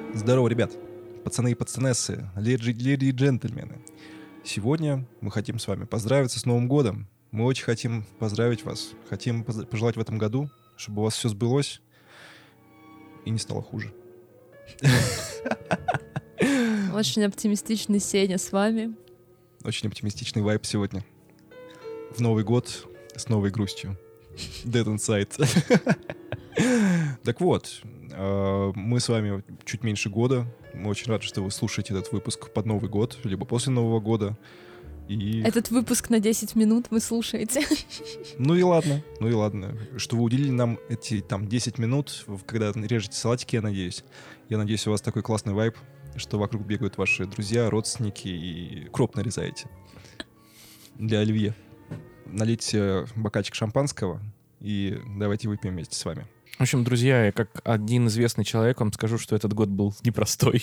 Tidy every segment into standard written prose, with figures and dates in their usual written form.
Здорово, ребят, пацаны и пацанессы, леди и джентльмены. Сегодня мы хотим с вами поздравиться с Новым годом. Мы очень хотим поздравить вас. Хотим пожелать в этом году, чтобы у вас все сбылось и не стало хуже. Очень оптимистичный Сеня с вами. Очень оптимистичный вайб сегодня. В Новый год с новой грустью. Dead Inside. Так вот, мы с вами чуть меньше года. Мы очень рады, что вы слушаете этот выпуск под Новый год, либо после Нового года. И... Этот выпуск на 10 минут вы слушаете. Ну и ладно. Что вы уделили нам эти 10 минут, когда режете салатики, я надеюсь. Я надеюсь, у вас такой классный вайб, что вокруг бегают ваши друзья, родственники и кроп нарезаете. Для оливье. Налейте бокальчик шампанского и давайте выпьем вместе с вами. В общем, друзья, я как один известный человек вам скажу, что этот год был непростой.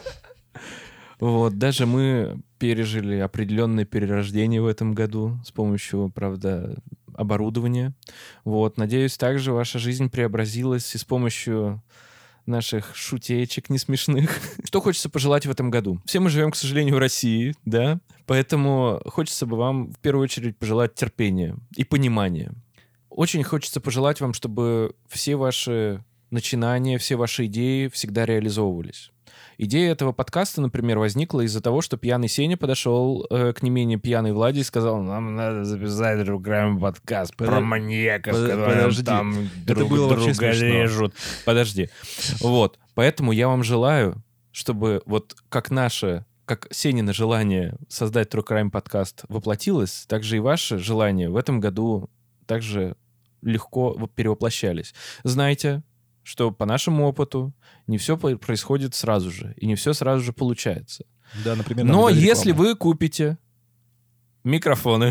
Вот, даже мы пережили определенное перерождение в этом году с помощью, правда, оборудования. Вот, надеюсь, также ваша жизнь преобразилась и с помощью наших шутеечек несмешных. Что хочется пожелать в этом году? Все мы живем, к сожалению, в России, да? Поэтому хочется бы вам в первую очередь пожелать терпения и понимания. Очень хочется пожелать вам, чтобы все ваши начинания, все ваши идеи всегда реализовывались. Идея этого подкаста, например, возникла из-за того, что пьяный Сеня подошел к не менее пьяной Владе и сказал: нам надо записать руками подкаст про маньяков, которые там друг друга режут. Подожди. Вот. Поэтому я вам желаю, чтобы вот как Сенина желание создать True Crime подкаст воплотилось, так же и ваше желание в этом году также легко перевоплощались. Знайте, что по нашему опыту не все происходит сразу же, и не все сразу же получается. Да, например, но если вы купите микрофоны,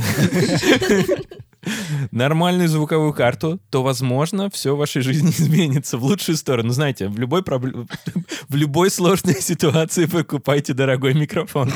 нормальную звуковую карту, то, возможно, все в вашей жизни изменится в лучшую сторону. Знаете, в любой сложной ситуации покупайте дорогой микрофон.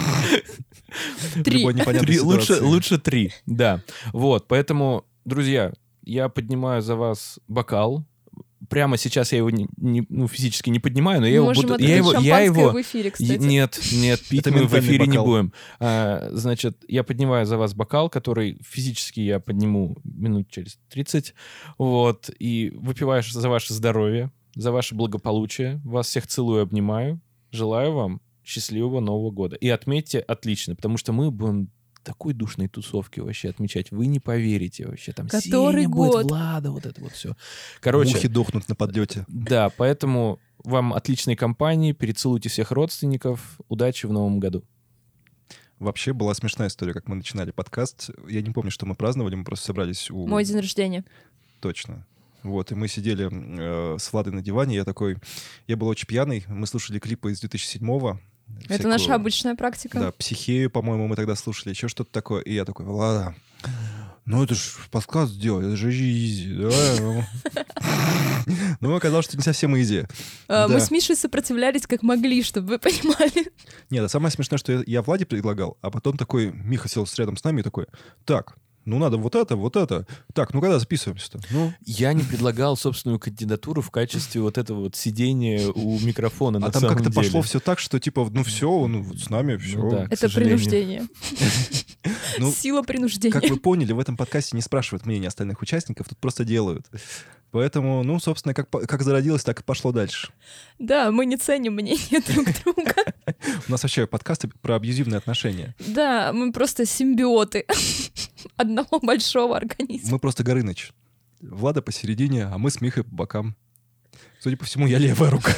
3. Лучше 3, да. Вот, поэтому, друзья, я поднимаю за вас бокал. Прямо сейчас я его физически не поднимаю, но я его буду... Я его в эфире, кстати. Нет, пить мы в эфире не будем. Значит, я поднимаю за вас бокал, который физически я подниму минут через 30. Вот, и выпиваю за ваше здоровье, за ваше благополучие. Вас всех целую, обнимаю. Желаю вам счастливого Нового года. И отметьте отлично, потому что мы будем такой душной тусовки вообще отмечать. Вы не поверите вообще. Там который Сеня год? будет, Влада, вот это вот все. Короче. Мухи дохнут на подлете. Да, поэтому вам отличной компании. Перецелуйте всех родственников. Удачи в Новом году. Вообще была смешная история, как мы начинали подкаст. Я не помню, что мы праздновали. Мы просто собрались у... Мой день рождения. Точно. Вот, и мы сидели с Владой на диване. Я был очень пьяный. Мы слушали клипы из 2007-го. Это наша обычная практика. Да, «Психею», по-моему, мы тогда слушали, еще что-то такое. И я такой: Влада, ну это ж подкаст сделать, это же изи, давай. Ну, оказалось, что не совсем изи. Мы с Мишей сопротивлялись как могли, чтобы вы понимали. Нет, самое смешное, что я Владе предлагал, а потом такой Миха сел рядом с нами и такой: так, ну надо вот это. Так, ну когда записываемся-то? Ну. Я не предлагал собственную кандидатуру в качестве вот этого вот сидения у микрофона, на там самом как-то деле. пошло все так, что типа, ну все, ну вот с нами все. Ну, да, это принуждение. Сила принуждения. Как вы поняли, в этом подкасте не спрашивают мнение остальных участников, тут просто делают. Поэтому, ну, собственно, как зародилось, так и пошло дальше. Да, мы не ценим мнение друг друга. У нас вообще подкасты про абьюзивные отношения. Да, мы просто симбиоты одного большого организма. Мы просто Горыныч. Влада посередине, а мы с Михой по бокам. Судя по всему, я левая рука.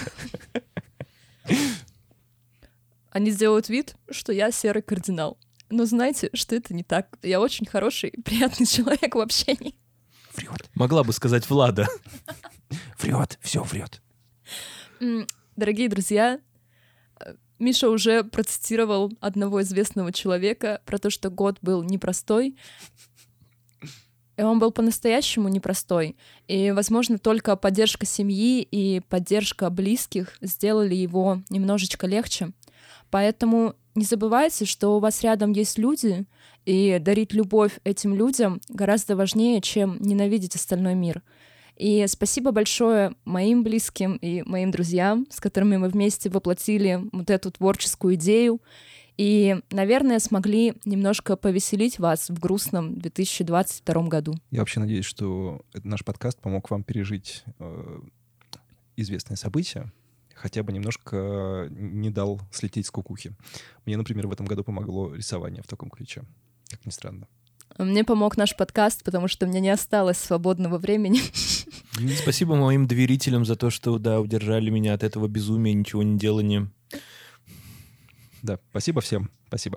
Они сделают вид, что я серый кардинал. Но знаете, что это не так. Я очень хороший и приятный человек в общении. Врет. Могла бы сказать Влада. Врет, все врет. Дорогие друзья, Миша уже процитировал одного известного человека про то, что год был непростой. И он был по-настоящему непростой. И, возможно, только поддержка семьи и поддержка близких сделали его немножечко легче. Поэтому не забывайте, что у вас рядом есть люди, и дарить любовь этим людям гораздо важнее, чем ненавидеть остальной мир. И спасибо большое моим близким и моим друзьям, с которыми мы вместе воплотили вот эту творческую идею. И, наверное, смогли немножко повеселить вас в грустном 2022 году. Я вообще надеюсь, что наш подкаст помог вам пережить известные события, хотя бы немножко не дал слететь с кукухи. Мне, например, в этом году помогло рисование в таком ключе, как ни странно. Мне помог наш подкаст, потому что у меня не осталось свободного времени. Спасибо моим доверителям за то, что, да, удержали меня от этого безумия, ничего не делания. Да, спасибо всем. Спасибо.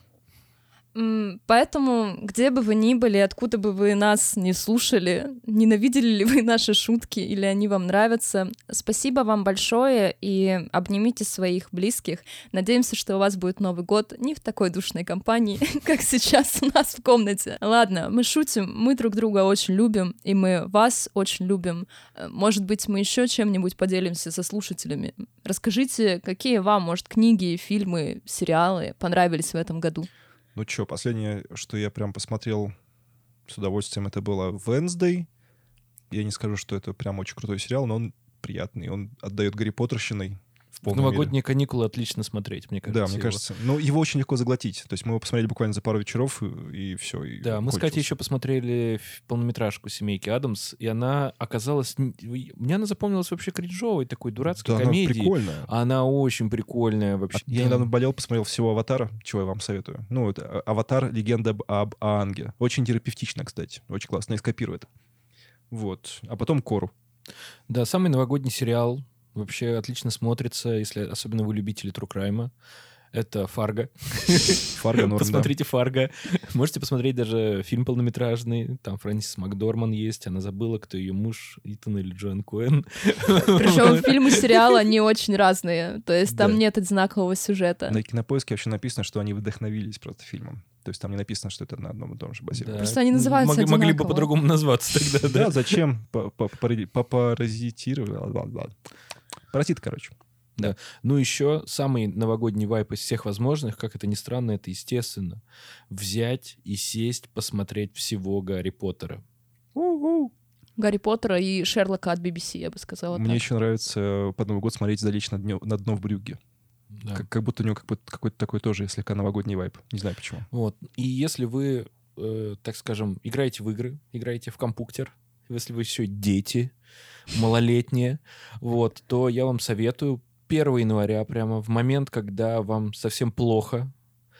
Поэтому, где бы вы ни были, откуда бы вы нас не слушали, ненавидели ли вы наши шутки или они вам нравятся, спасибо вам большое и обнимите своих близких. Надеемся, что у вас будет Новый год не в такой душной компании, как сейчас у нас в комнате. Ладно, мы шутим, мы друг друга очень любим, и мы вас очень любим. Может быть, мы еще чем-нибудь поделимся со слушателями. Расскажите, какие вам, может, книги, фильмы, сериалы понравились в этом году? Ну что, последнее, что я прям посмотрел с удовольствием, это было Wednesday. Я не скажу, что это прям очень крутой сериал, но он приятный. Он отдает Гарри Поттерщиной в полной Новогодние мере. каникулы отлично смотреть, мне кажется. Да, мне кажется. Но его очень легко заглотить. То есть мы его посмотрели буквально за пару вечеров, и все. Да, мы с Катей еще посмотрели полнометражку «Семейки Адамс», и она оказалась... Мне она запомнилась вообще кринжовой, такой дурацкой Да, комедией. она прикольная. Она очень прикольная вообще. Я недавно болел, посмотрел всего «Аватара», чего я вам советую. Ну, это «Аватар. Легенда об Аанге». Очень терапевтично, кстати. Очень классно. Я скопирую это. Вот. А потом «Кору». Да, самый новогодний сериал. Вообще отлично смотрится, если особенно вы любители True Crime. Это «Фарго». «Фарго» норм, да. Посмотрите «Фарго». Можете посмотреть даже фильм полнометражный. Там Фрэнсис Макдорман есть. Она забыла, кто ее муж, Итан или Джоан Коэн. Причем фильмы и сериалы, они очень разные. То есть там Да. нет одинакового сюжета. На Кинопоиске вообще написано, что они вдохновились просто фильмом. То есть там не написано, что это на одном и том же базировано. Да. Просто они называются Могли бы одинаково. по-другому назваться тогда, да. Да, зачем? Попаразитировать. Паразит, короче. Ну, еще самый новогодний вайп из всех возможных, как это ни странно, это, естественно, взять и сесть, посмотреть всего Гарри Поттера. Гарри Поттера и Шерлока от BBC, я бы сказала. Мне так. еще нравится под Новый год смотреть «Залечь на дно в брюгге». Да. Как будто у него какой-то такой тоже слегка новогодний вайб. Не знаю почему. Вот. И если вы, так скажем, играете в игры, играете в компьютер, если вы еще дети, малолетние, вот, то я вам советую 1 января, прямо в момент, когда вам совсем плохо,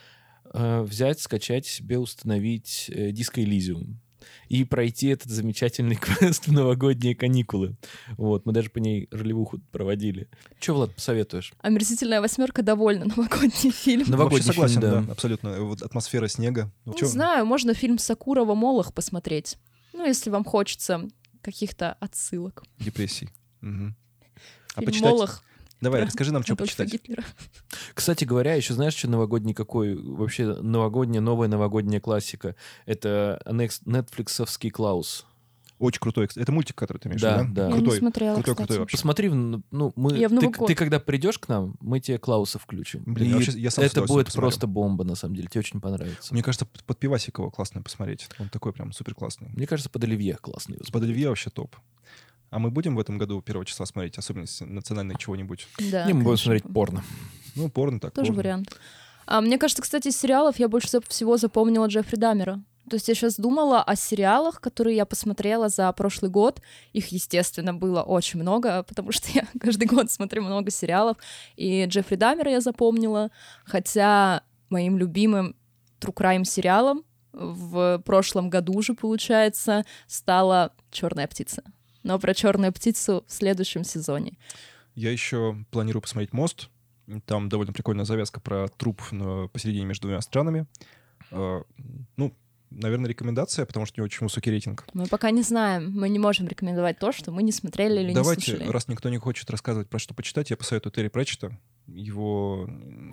взять, скачать себе, установить Disco Elysium и пройти этот замечательный квест в новогодние каникулы. Вот, мы даже по ней ролевуху проводили. Че, Влад, посоветуешь? «Омерзительная восьмерка» довольно новогодний фильм. Новогодний Вообще согласен, фильм, да, абсолютно. Вот атмосфера снега. Ну, Не чё? знаю, можно фильм Сакурова «Молох» посмотреть. Ну, если вам хочется каких-то отсылок. Депрессий. Мгм. А Фильм почитать? «Молох» Давай, про расскажи нам, что Адольфа почитать. Гитлера. Кстати говоря, еще знаешь, что новогодний какой? Вообще новая новогодняя классика. Это нетфликсовский «Клаус». Очень крутой. Это мультик, который ты имеешь в Да, виду, да. Я не Крутой. смотрела, Крутой кстати. вообще. Посмотри, ну, Я в Новый год. ты когда придешь к нам, мы тебе «Клауса» включим. Блин, И я сам с это удовольствием будет посмотрю. просто бомба, на самом деле. Тебе очень понравится. Мне кажется, под пивасик его классно посмотреть. Он такой прям супер классный. Мне кажется, под оливье классный. его Под Оливье вообще топ. А мы будем в этом году 1 числа смотреть особенности национальной чего-нибудь? Да, Не, мы будем конечно. смотреть порно. Ну, порно так. Тоже порно. вариант. Мне кажется, кстати, из сериалов я больше всего запомнила Джеффри Даммера. То есть я сейчас думала о сериалах, которые я посмотрела за прошлый год. Их, естественно, было очень много, потому что я каждый год смотрю много сериалов. И Джеффри Даммера я запомнила, хотя моим любимым True Crime сериалом в прошлом году уже, получается, стала «Черная птица». Но про «Черную птицу» в следующем сезоне. Я еще планирую посмотреть «Мост». Там довольно прикольная завязка про труп посередине между двумя странами. Ну, наверное, рекомендация, потому что у него очень высокий рейтинг. Мы пока не знаем, мы не можем рекомендовать то, что мы не смотрели или Давайте, не слушали. раз никто не хочет рассказывать про что почитать, я посоветую Терри Пратчетта. Его...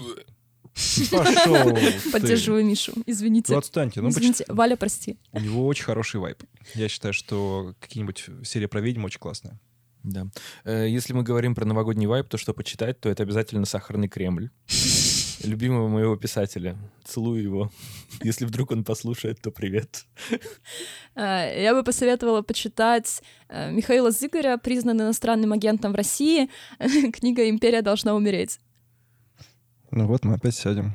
Пошел ты. Поддерживаю Мишу, извините. Ну, отстаньте. Ну, Извините, Валя, прости. У него очень хороший вайб. Я считаю, что какие-нибудь серии про ведьм очень классные. Да. Если мы говорим про новогодний вайб, то что почитать, то это обязательно «Сахарный Кремль». любимого моего писателя. Целую его. Если вдруг он послушает, то привет. Я бы посоветовала почитать Михаила Зыгоря, признан иностранным агентом в России. Книга «Империя должна умереть». Ну вот, мы опять сядем.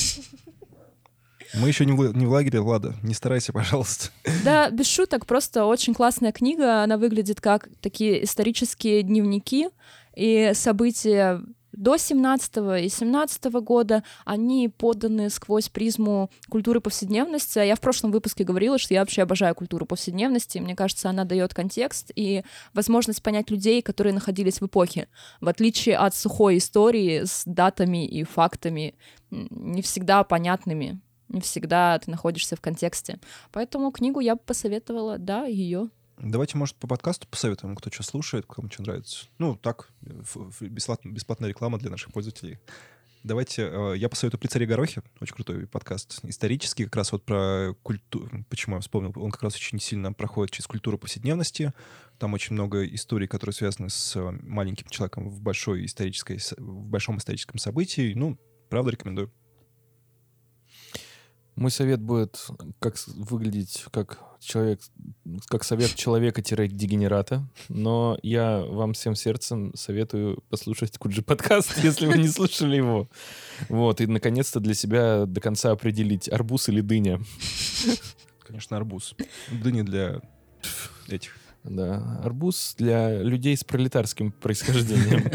Мы еще не в лагере, Влада, не старайся, пожалуйста. Да, без шуток, просто очень классная книга. Она выглядит как такие исторические дневники, и события до 17-го и 17-го года, они поданы сквозь призму культуры повседневности. Я в прошлом выпуске говорила, что я вообще обожаю культуру повседневности. Мне кажется, она дает контекст и возможность понять людей, которые находились в эпохе. В отличие от сухой истории с датами и фактами, не всегда понятными. Не всегда ты находишься в контексте. Поэтому книгу я бы посоветовала, да, ее. Давайте, может, по подкасту посоветуем, кто что слушает, кому что нравится. Ну, так, бесплатная реклама для наших пользователей. Давайте, я посоветую «При царе Горохе». Очень крутой подкаст. Исторический, как раз вот про культуру. Почему я вспомнил? Он как раз очень сильно проходит через культуру повседневности. Там очень много историй, которые связаны с маленьким человеком в большом историческом событии. Ну, правда, рекомендую. Мой совет будет выглядеть как совет человека-дегенерата, но я вам всем сердцем советую послушать Куджи подкаст, если вы не слушали его. Вот, и наконец-то для себя до конца определить, арбуз или дыня. Конечно, арбуз. Дыня для этих. Да, арбуз для людей с пролетарским происхождением.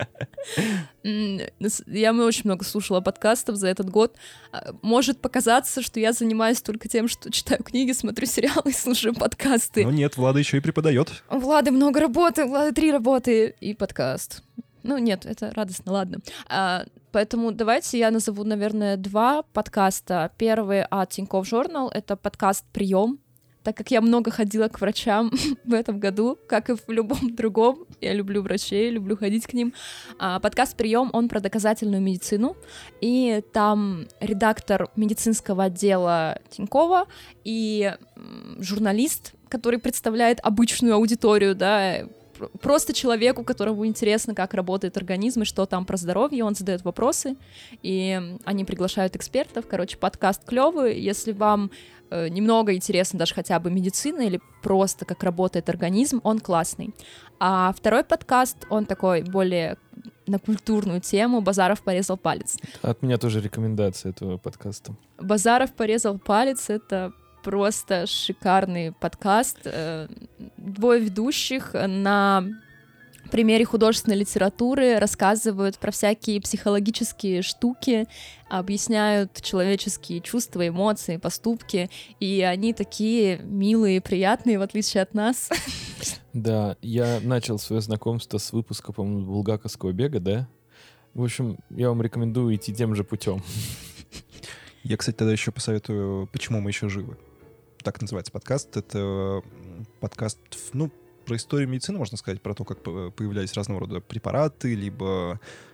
Я очень много слушала подкастов за этот год. Может показаться, что я занимаюсь только тем, что читаю книги, смотрю сериалы и слушаю подкасты. Ну нет, Влада еще и преподает. У Влады много работы, у Влады 3 работы и подкаст. Ну нет, это радостно, ладно. Поэтому давайте я назову, наверное, 2 подкаста. Первый от Тинькофф Journal — это подкаст «Прием». Так как я много ходила к врачам в этом году, как и в любом другом, я люблю врачей, люблю ходить к ним. Подкаст «Прием», он про доказательную медицину, и там редактор медицинского отдела Тинькова и журналист, который представляет обычную аудиторию, да, просто человеку, которому интересно, как работает организм и что там про здоровье, он задает вопросы, и они приглашают экспертов. Короче, подкаст клёвый. Если вам немного интересно даже хотя бы медицина или просто как работает организм, он классный. А второй подкаст, он такой более на культурную тему. «Базаров порезал палец». От меня тоже рекомендация этого подкаста. «Базаров порезал палец» — это просто шикарный подкаст. 2 ведущих на примере художественной литературы рассказывают про всякие психологические штуки, объясняют человеческие чувства, эмоции, поступки, и они такие милые, приятные, в отличие от нас. Да, я начал свое знакомство с выпуска, по-моему, булгаковского бега, да? В общем, я вам рекомендую идти тем же путем. Я, кстати, тогда еще посоветую «Почему мы еще живы». Так называется подкаст. Это подкаст, ну, про историю медицины, можно сказать, про то, как появлялись разного рода препараты, либо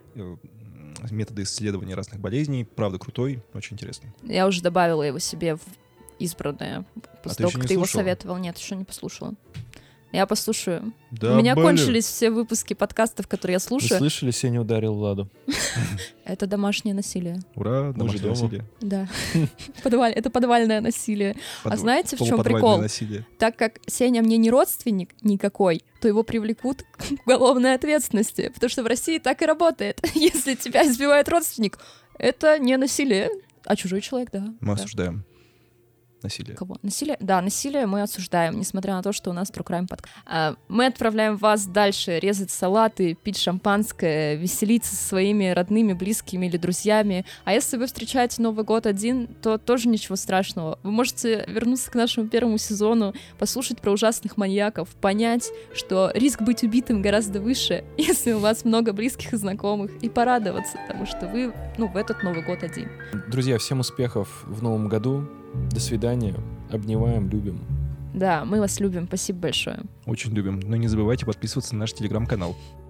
методы исследования разных болезней. Правда, крутой, очень интересный. Я уже добавила его себе в избранное. После того, как ты его слушала? Советовал. Нет, еще не послушала. Я послушаю. Да, У меня блин. кончились все выпуски подкастов, которые я Вы слушаю. слышали, Сеня ударил Владу? Это домашнее насилие. Ура, Мы же домашнее дома. насилие. Да. Это подвальное насилие. А знаете, в чем Полуподвальное прикол? насилие. Так как Сеня мне не родственник никакой, то его привлекут к уголовной ответственности. Потому что в России так и работает. Если тебя избивает родственник, это не насилие, а чужой человек, да. Мы Да. осуждаем насилие. Кого? Насилие? Да, насилие мы осуждаем, несмотря на то, что у нас True Crime подкаст. Мы отправляем вас дальше резать салаты, пить шампанское, веселиться со своими родными, близкими или друзьями. А если вы встречаете Новый год один, то тоже ничего страшного. Вы можете вернуться к нашему первому сезону, послушать про ужасных маньяков, понять, что риск быть убитым гораздо выше, если у вас много близких и знакомых, и порадоваться, потому что вы, в этот Новый год один. Друзья, всем успехов в новом году. До свидания. Обнимаем, любим. Да, мы вас любим, спасибо большое. Очень любим. Но не забывайте подписываться на наш телеграм-канал.